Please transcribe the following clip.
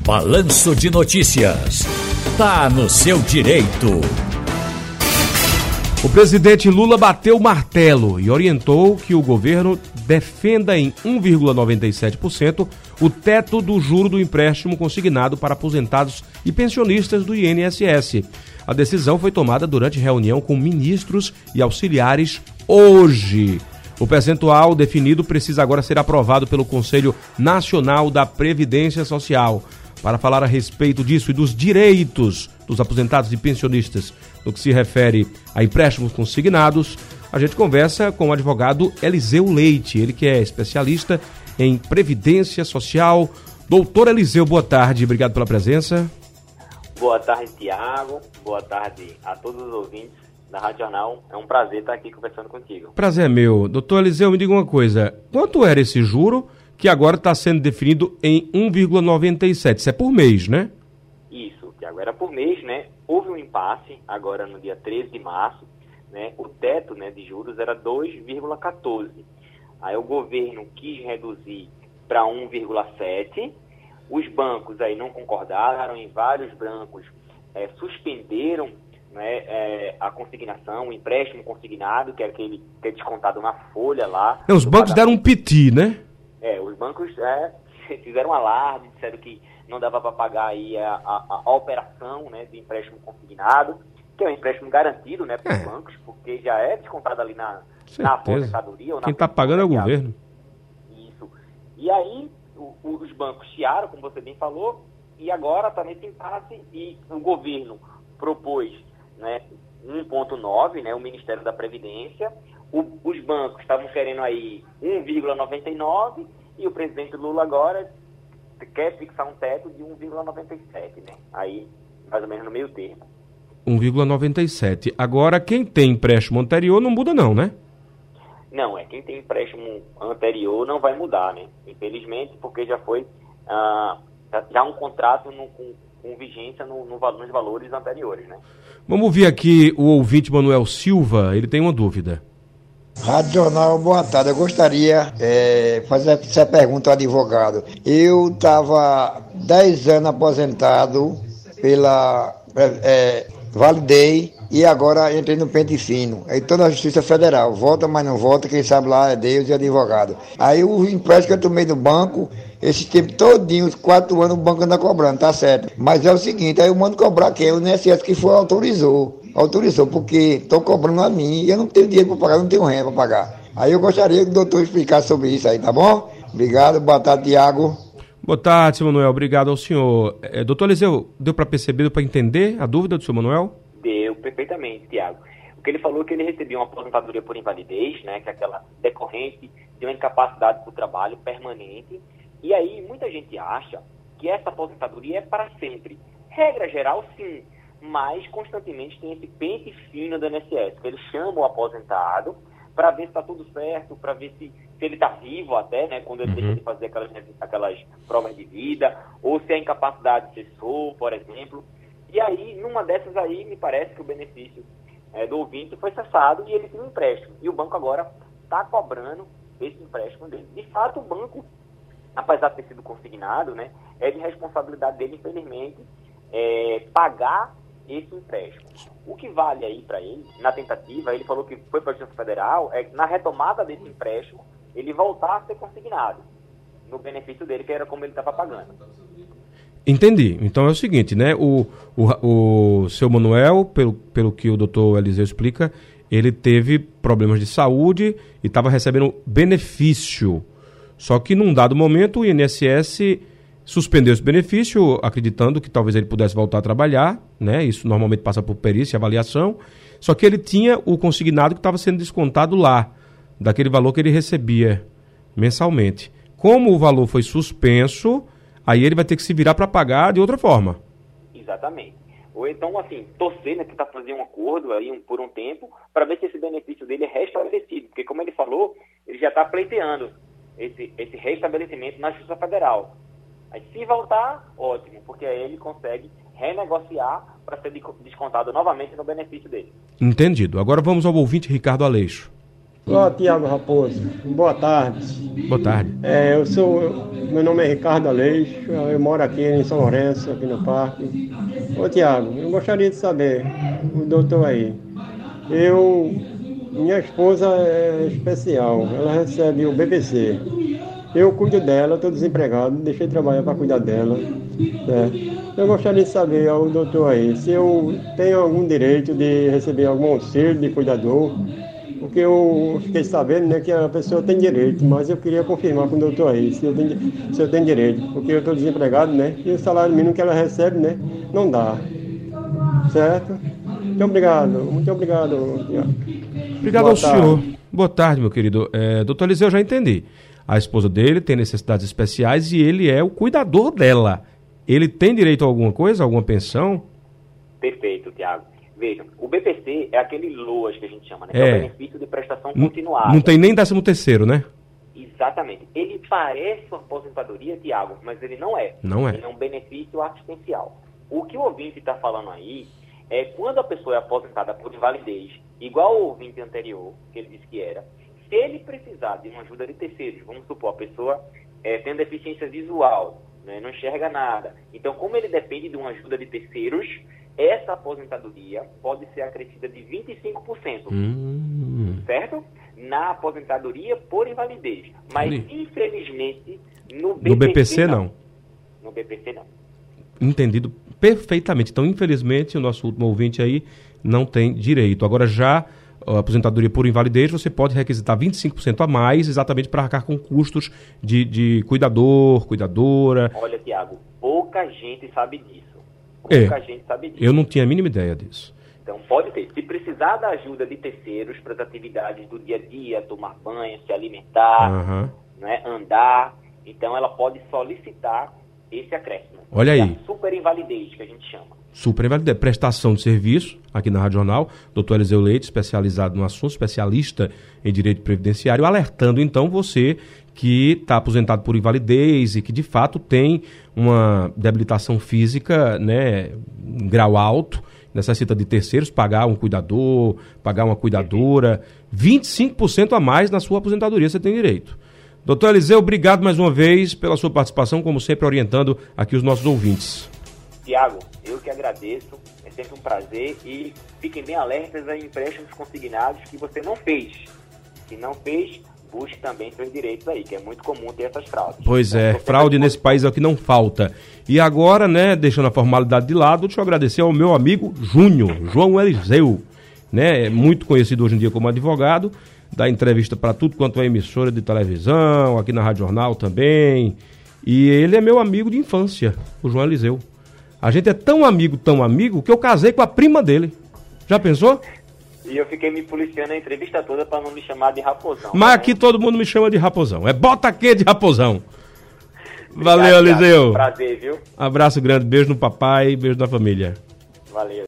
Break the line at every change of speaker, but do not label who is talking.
Balanço de Notícias. Tá no seu direito.
O presidente Lula bateu o martelo e orientou que o governo defenda em 1,97% o teto do juro do empréstimo consignado para aposentados e pensionistas do INSS. A decisão foi tomada durante reunião com ministros e auxiliares hoje. O percentual definido precisa agora ser aprovado pelo Conselho Nacional da Previdência Social. Para falar a respeito disso e dos direitos dos aposentados e pensionistas no que se refere a empréstimos consignados, a gente conversa com o advogado Eliseu Leite, ele que é especialista em Previdência Social. Doutor Eliseu, boa tarde, obrigado pela presença.
Boa tarde, Tiago, boa tarde a todos os ouvintes da Rádio Jornal. É um prazer estar aqui conversando contigo.
Prazer é meu. Doutor Eliseu, me diga uma coisa, quanto era esse juro que agora está sendo definido em 1,97? Isso é por mês, né?
Isso, Tiago, era por mês, né? Houve um impasse agora no dia 13 de março, né? O teto, né, de juros era 2,14. Aí o governo quis reduzir para 1,7. Os bancos aí não concordaram, em vários bancos suspenderam, né, a consignação, o empréstimo consignado, que é aquele que é descontado na folha lá.
Os bancos deram um piti, né?
Os bancos fizeram alarde, disseram que não dava para pagar aí a operação, né, de empréstimo consignado, que é um empréstimo garantido, né, para os bancos, porque já é descontado ali na aposentadoria.
Quem está pagando é o governo.
Isso. E aí os bancos chiaram, como você bem falou, e agora está nesse impasse e o governo propôs, né, 1,9, né, o Ministério da Previdência. Os bancos estavam querendo aí 1,99 e o presidente Lula agora quer fixar um teto de 1,97, né? Aí, mais ou menos no meio termo.
1,97. Agora, quem tem empréstimo anterior não muda não, né?
Não, quem tem empréstimo anterior não vai mudar, né? Infelizmente, porque já foi já um contrato com vigência nos valores anteriores, né?
Vamos ouvir aqui o ouvinte Manuel Silva, ele tem uma dúvida.
Rádio Jornal, boa tarde. Eu gostaria de fazer essa pergunta ao advogado. Eu estava 10 anos aposentado pela Validei e agora entrei no pente fino. Aí estou na Justiça Federal. Volta, mas não volta. Quem sabe lá é Deus e advogado. Aí o empréstimo que eu tomei no banco, esse tempo todinho, os 4 anos, o banco anda cobrando, tá certo. Mas é o seguinte, aí eu mando cobrar quem? O INSS que foi autorizou, porque estão cobrando a mim e eu não tenho dinheiro para pagar, não tenho renda para pagar. Aí eu gostaria que o doutor explicasse sobre isso aí, tá bom? Obrigado, boa tarde, Tiago.
Boa tarde, seu Manuel, obrigado ao senhor. Doutor Eliseu, deu para perceber, deu para entender a dúvida do seu Manuel?
Deu, perfeitamente, Tiago. O que ele falou é que ele recebia uma aposentadoria por invalidez, né, que é aquela decorrente de uma incapacidade para o trabalho permanente. E aí muita gente acha que essa aposentadoria é para sempre. Regra geral, sim, mas constantemente tem esse pente fino do INSS, que eles chamam o aposentado para ver se está tudo certo, para ver se ele está vivo até, né, quando ele deixa de fazer aquelas provas de vida, ou se a incapacidade cessou, por exemplo. E aí, numa dessas aí, me parece que o benefício do ouvinte foi cessado e ele tem um empréstimo. E o banco agora está cobrando esse empréstimo dele. De fato, o banco, apesar de ter sido consignado, né, é de responsabilidade dele, infelizmente, pagar esse empréstimo. O que vale aí para ele, na tentativa, ele falou que foi para a Justiça Federal, na retomada desse empréstimo, ele voltar a ser consignado no benefício dele, que era como ele estava pagando.
Entendi. Então é o seguinte, né? O seu Manuel, pelo que o doutor Eliseu explica, ele teve problemas de saúde e estava recebendo benefício. Só que num dado momento o INSS suspendeu esse benefício, acreditando que talvez ele pudesse voltar a trabalhar, né? Isso normalmente passa por perícia e avaliação. Só que ele tinha o consignado que estava sendo descontado lá, daquele valor que ele recebia mensalmente. Como o valor foi suspenso, aí ele vai ter que se virar para pagar de outra forma.
Exatamente. Ou então, assim, torcer, né, tentar fazer um acordo aí por um tempo para ver se esse benefício dele é restabelecido. Porque, como ele falou, ele já está pleiteando esse restabelecimento na Justiça Federal. Aí, se voltar, ótimo, porque aí ele consegue renegociar para ser descontado novamente no benefício dele.
Entendido. Agora vamos ao ouvinte Ricardo Aleixo.
Olá, Tiago Raposo. Boa tarde.
Boa tarde.
Meu nome é Ricardo Aleixo, eu moro aqui em São Lourenço, aqui no parque. Ô, Tiago, eu gostaria de saber, o doutor aí, minha esposa é especial, ela recebe o BPC. Eu cuido dela, estou desempregado, deixei de trabalhar para cuidar dela. Eu gostaria de saber, o doutor aí, se eu tenho algum direito de receber algum auxílio de cuidador, porque eu fiquei sabendo, né, que a pessoa tem direito, mas eu queria confirmar com o doutor aí, se eu tenho direito, porque eu estou desempregado, né, e o salário mínimo que ela recebe, né, não dá. Certo? Muito obrigado.
Obrigado ao senhor. Boa tarde, meu querido. Doutor Eliseu, eu já entendi. A esposa dele tem necessidades especiais e ele é o cuidador dela. Ele tem direito a alguma coisa, alguma pensão?
Perfeito, Tiago. Vejam, o BPC é aquele LOAS que a gente chama, né? Que é o benefício de prestação continuada.
Não tem nem 13º, né?
Exatamente. Ele parece uma aposentadoria, Tiago, mas ele não é.
Não é.
Ele é um benefício assistencial. O que o ouvinte está falando aí é quando a pessoa é aposentada por invalidez, igual o ouvinte anterior, que ele disse que era, se ele precisar de uma ajuda de terceiros, vamos supor, a pessoa tem deficiência visual, né, não enxerga nada. Então, como ele depende de uma ajuda de terceiros, essa aposentadoria pode ser acrescida de 25%, certo? Na aposentadoria por invalidez. Mas, infelizmente, no
BPC não.
No BPC não.
Entendido perfeitamente. Então, infelizmente, o nosso último ouvinte aí não tem direito. Agora, já a aposentadoria por invalidez, você pode requisitar 25% a mais, exatamente para arcar com custos de cuidador, cuidadora.
Olha, Tiago, pouca gente sabe disso. Pouca gente sabe disso.
Eu não tinha a mínima ideia disso.
Então, pode ter. Se precisar da ajuda de terceiros para as atividades do dia a dia, tomar banho, se alimentar, né, andar, então ela pode solicitar esse acréscimo.
Olha aí.
A super invalidez, que a gente chama.
Super invalidez. Prestação de serviço, aqui na Rádio Jornal, doutor Eliseu Leite, especializado no assunto, especialista em direito previdenciário, alertando então você que está aposentado por invalidez e que de fato tem uma debilitação física, né, em grau alto, necessita de terceiros, pagar um cuidador, pagar uma cuidadora, 25% a mais na sua aposentadoria você tem direito. Doutor Eliseu, obrigado mais uma vez pela sua participação, como sempre orientando aqui os nossos ouvintes.
Tiago, eu que agradeço, é sempre um prazer e fiquem bem alertas a empréstimos consignados que você não fez. Se não fez, busque também seus direitos aí, que é muito comum ter essas fraudes.
Pois é, fraude nesse país é o que não falta. E agora, né, deixando a formalidade de lado, deixa eu agradecer ao meu amigo João Eliseu, né, muito conhecido hoje em dia como advogado, dá entrevista para tudo quanto é emissora de televisão, aqui na Rádio Jornal também. E ele é meu amigo de infância, o João Eliseu. A gente é tão amigo, que eu casei com a prima dele. Já pensou?
E eu fiquei me policiando a entrevista toda para não me chamar de Raposão.
Mas aqui todo mundo me chama de Raposão. É bota que de Raposão. Valeu, Eliseu.
Prazer, viu?
Abraço grande, beijo no papai, beijo na família.
Valeu.